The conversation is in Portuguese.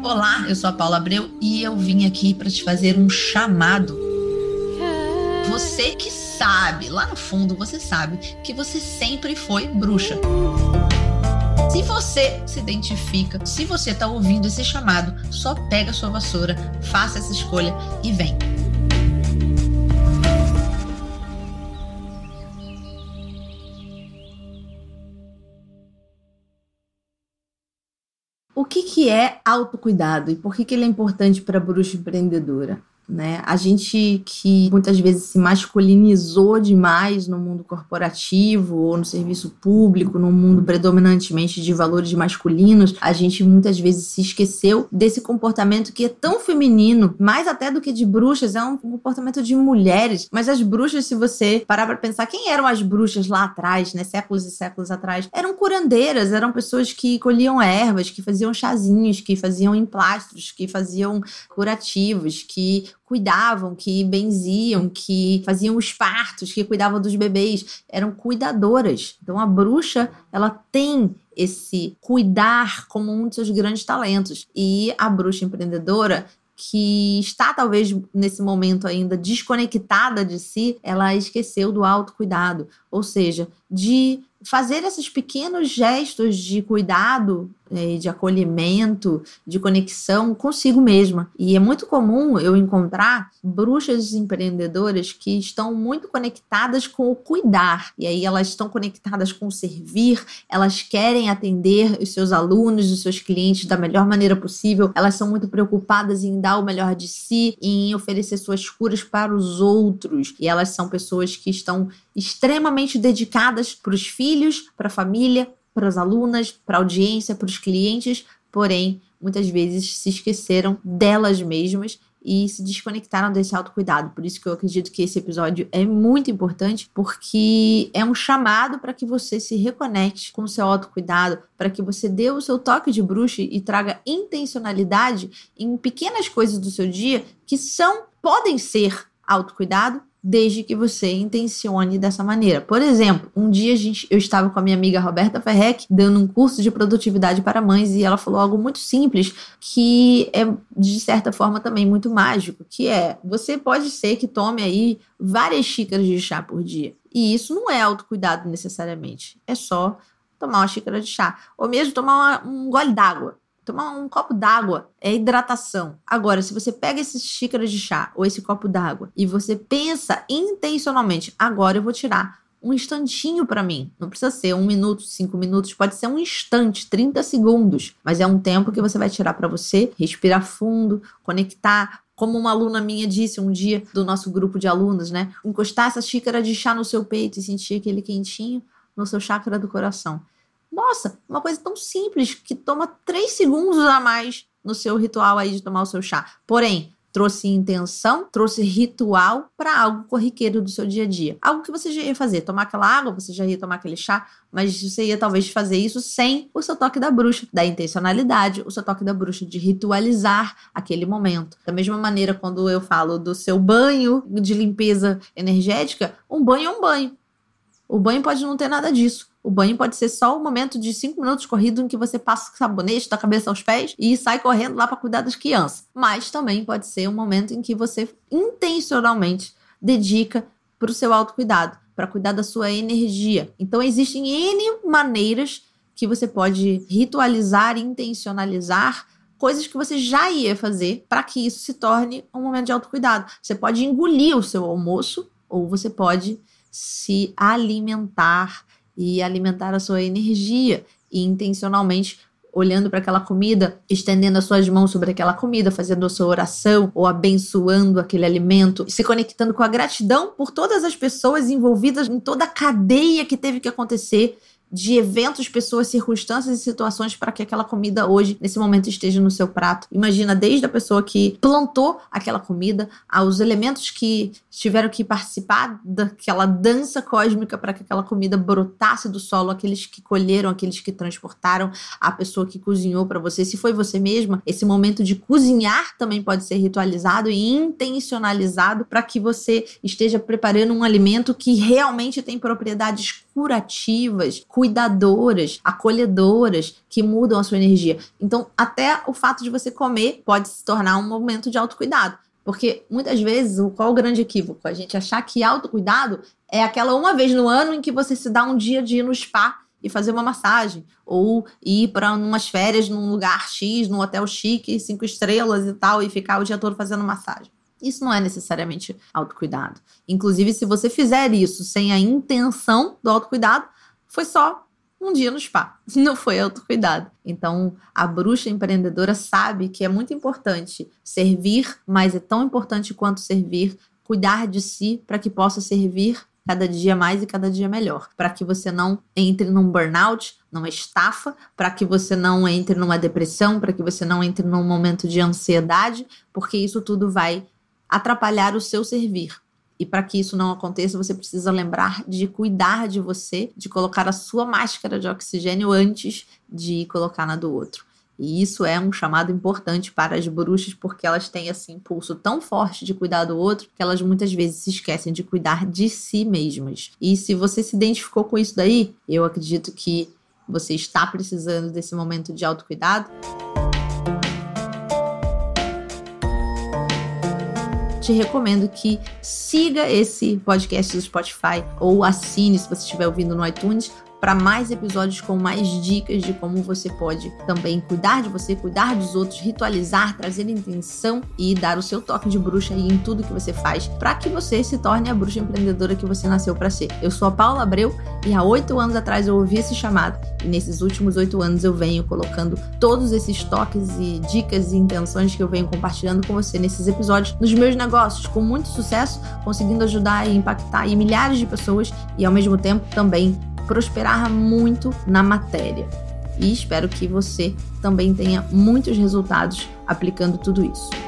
Olá, eu sou a Paula Abreu e eu vim aqui para te fazer um chamado. Você que sabe, lá no fundo você sabe que você sempre foi bruxa. Se você se identifica, se você está ouvindo esse chamado, só pega a sua vassoura, faça essa escolha e vem. O que é autocuidado e por que ele é importante para a bruxa empreendedora? Né? A gente que muitas vezes se masculinizou demais no mundo corporativo ou no serviço público, num mundo predominantemente de valores masculinos, a gente muitas vezes se esqueceu desse comportamento que é tão feminino, mais até do que de bruxas, é um comportamento de mulheres. Mas as bruxas, se você parar para pensar, quem eram as bruxas lá atrás, né? Séculos e séculos atrás? Eram curandeiras, eram pessoas que colhiam ervas, que faziam chazinhos, que faziam emplastros, que faziam curativos, que cuidavam, que benziam, que faziam os partos, que cuidavam dos bebês, eram cuidadoras. Então a bruxa, ela tem esse cuidar como um dos seus grandes talentos. E a bruxa empreendedora, que está talvez nesse momento ainda desconectada de si, ela esqueceu do autocuidado, ou seja, de fazer esses pequenos gestos de cuidado, de acolhimento, de conexão consigo mesma. E é muito comum eu encontrar bruxas empreendedoras que estão muito conectadas com o cuidar. E aí elas estão conectadas com o servir, elas querem atender os seus alunos, os seus clientes da melhor maneira possível, elas são muito preocupadas em dar o melhor de si, em oferecer suas curas para os outros. E elas são pessoas que estão extremamente dedicadas para os filhos, para a família, para as alunas, para a audiência, para os clientes, porém, muitas vezes se esqueceram delas mesmas e se desconectaram desse autocuidado. Por isso que eu acredito que esse episódio é muito importante, porque é um chamado para que você se reconecte com o seu autocuidado, para que você dê o seu toque de bruxa e traga intencionalidade em pequenas coisas do seu dia que podem ser autocuidado, desde que você intencione dessa maneira. Por exemplo, um dia eu estava com a minha amiga Roberta Ferrec dando um curso de produtividade para mães e ela falou algo muito simples que é, de certa forma, também muito mágico, que é, você pode ser que tome aí várias xícaras de chá por dia. E isso não é autocuidado necessariamente. É só tomar uma xícara de chá. Ou mesmo tomar um gole d'água. Tomar um copo d'água é hidratação. Agora, se você pega essas xícaras de chá ou esse copo d'água e você pensa intencionalmente, agora eu vou tirar um instantinho para mim. Não precisa ser 1 minuto, 5 minutos, pode ser um instante, 30 segundos. Mas é um tempo que você vai tirar para você, respirar fundo, conectar. Como uma aluna minha disse um dia do nosso grupo de alunos, né? Encostar essa xícara de chá no seu peito e sentir aquele quentinho no seu chakra do coração. Nossa, uma coisa tão simples que toma 3 segundos a mais no seu ritual aí de tomar o seu chá. Porém, trouxe intenção, trouxe ritual para algo corriqueiro do seu dia a dia. Algo que você já ia fazer, tomar aquela água, você já ia tomar aquele chá, mas você ia talvez fazer isso sem o seu toque da bruxa, da intencionalidade, o seu toque da bruxa de ritualizar aquele momento. Da mesma maneira, quando eu falo do seu banho de limpeza energética, um banho é um banho. O banho pode não ter nada disso. O banho pode ser só um momento de 5 minutos corrido em que você passa o sabonete da cabeça aos pés e sai correndo lá para cuidar das crianças. Mas também pode ser um momento em que você intencionalmente dedica para o seu autocuidado, para cuidar da sua energia. Então existem N maneiras que você pode ritualizar e intencionalizar coisas que você já ia fazer para que isso se torne um momento de autocuidado. Você pode engolir o seu almoço ou você pode se alimentar e alimentar a sua energia e intencionalmente olhando para aquela comida, estendendo as suas mãos sobre aquela comida, fazendo a sua oração ou abençoando aquele alimento, se conectando com a gratidão por todas as pessoas envolvidas em toda a cadeia que teve que acontecer de eventos, pessoas, circunstâncias e situações para que aquela comida hoje, nesse momento, esteja no seu prato. Imagina desde a pessoa que plantou aquela comida, aos elementos que tiveram que participar daquela dança cósmica para que aquela comida brotasse do solo, aqueles que colheram, aqueles que transportaram, a pessoa que cozinhou para você. Se foi você mesma, esse momento de cozinhar também pode ser ritualizado e intencionalizado para que você esteja preparando um alimento que realmente tem propriedades curativas, cuidadoras, acolhedoras, que mudam a sua energia. Então, até o fato de você comer pode se tornar um momento de autocuidado. Porque, muitas vezes, qual é o grande equívoco? A gente achar que autocuidado é aquela uma vez no ano em que você se dá um dia de ir no spa e fazer uma massagem, ou ir para umas férias num lugar X, num hotel chique, 5 estrelas e tal, e ficar o dia todo fazendo massagem. Isso não é necessariamente autocuidado. Inclusive, se você fizer isso sem a intenção do autocuidado, foi só um dia no spa, não foi autocuidado. Então, a bruxa empreendedora sabe que é muito importante servir, mas é tão importante quanto servir, cuidar de si para que possa servir cada dia mais e cada dia melhor, para que você não entre num burnout, numa estafa, para que você não entre numa depressão, para que você não entre num momento de ansiedade, porque isso tudo vai atrapalhar o seu servir. E para que isso não aconteça, você precisa lembrar de cuidar de você, de colocar a sua máscara de oxigênio antes de colocar na do outro. E isso é um chamado importante para as bruxas, porque elas têm esse impulso tão forte de cuidar do outro, que elas muitas vezes se esquecem de cuidar de si mesmas. E se você se identificou com isso daí, eu acredito que você está precisando desse momento de autocuidado. Te recomendo que siga esse podcast do Spotify ou assine se você estiver ouvindo no iTunes para mais episódios com mais dicas de como você pode também cuidar de você, cuidar dos outros, ritualizar, trazer intenção e dar o seu toque de bruxa aí em tudo que você faz para que você se torne a bruxa empreendedora que você nasceu para ser. Eu sou a Paula Abreu e há 8 anos atrás eu ouvi esse chamado e nesses últimos 8 anos eu venho colocando todos esses toques e dicas e intenções que eu venho compartilhando com você nesses episódios nos meus negócios, com muito sucesso, conseguindo ajudar e impactar aí milhares de pessoas e ao mesmo tempo também prosperar muito na matéria. E espero que você também tenha muitos resultados aplicando tudo isso.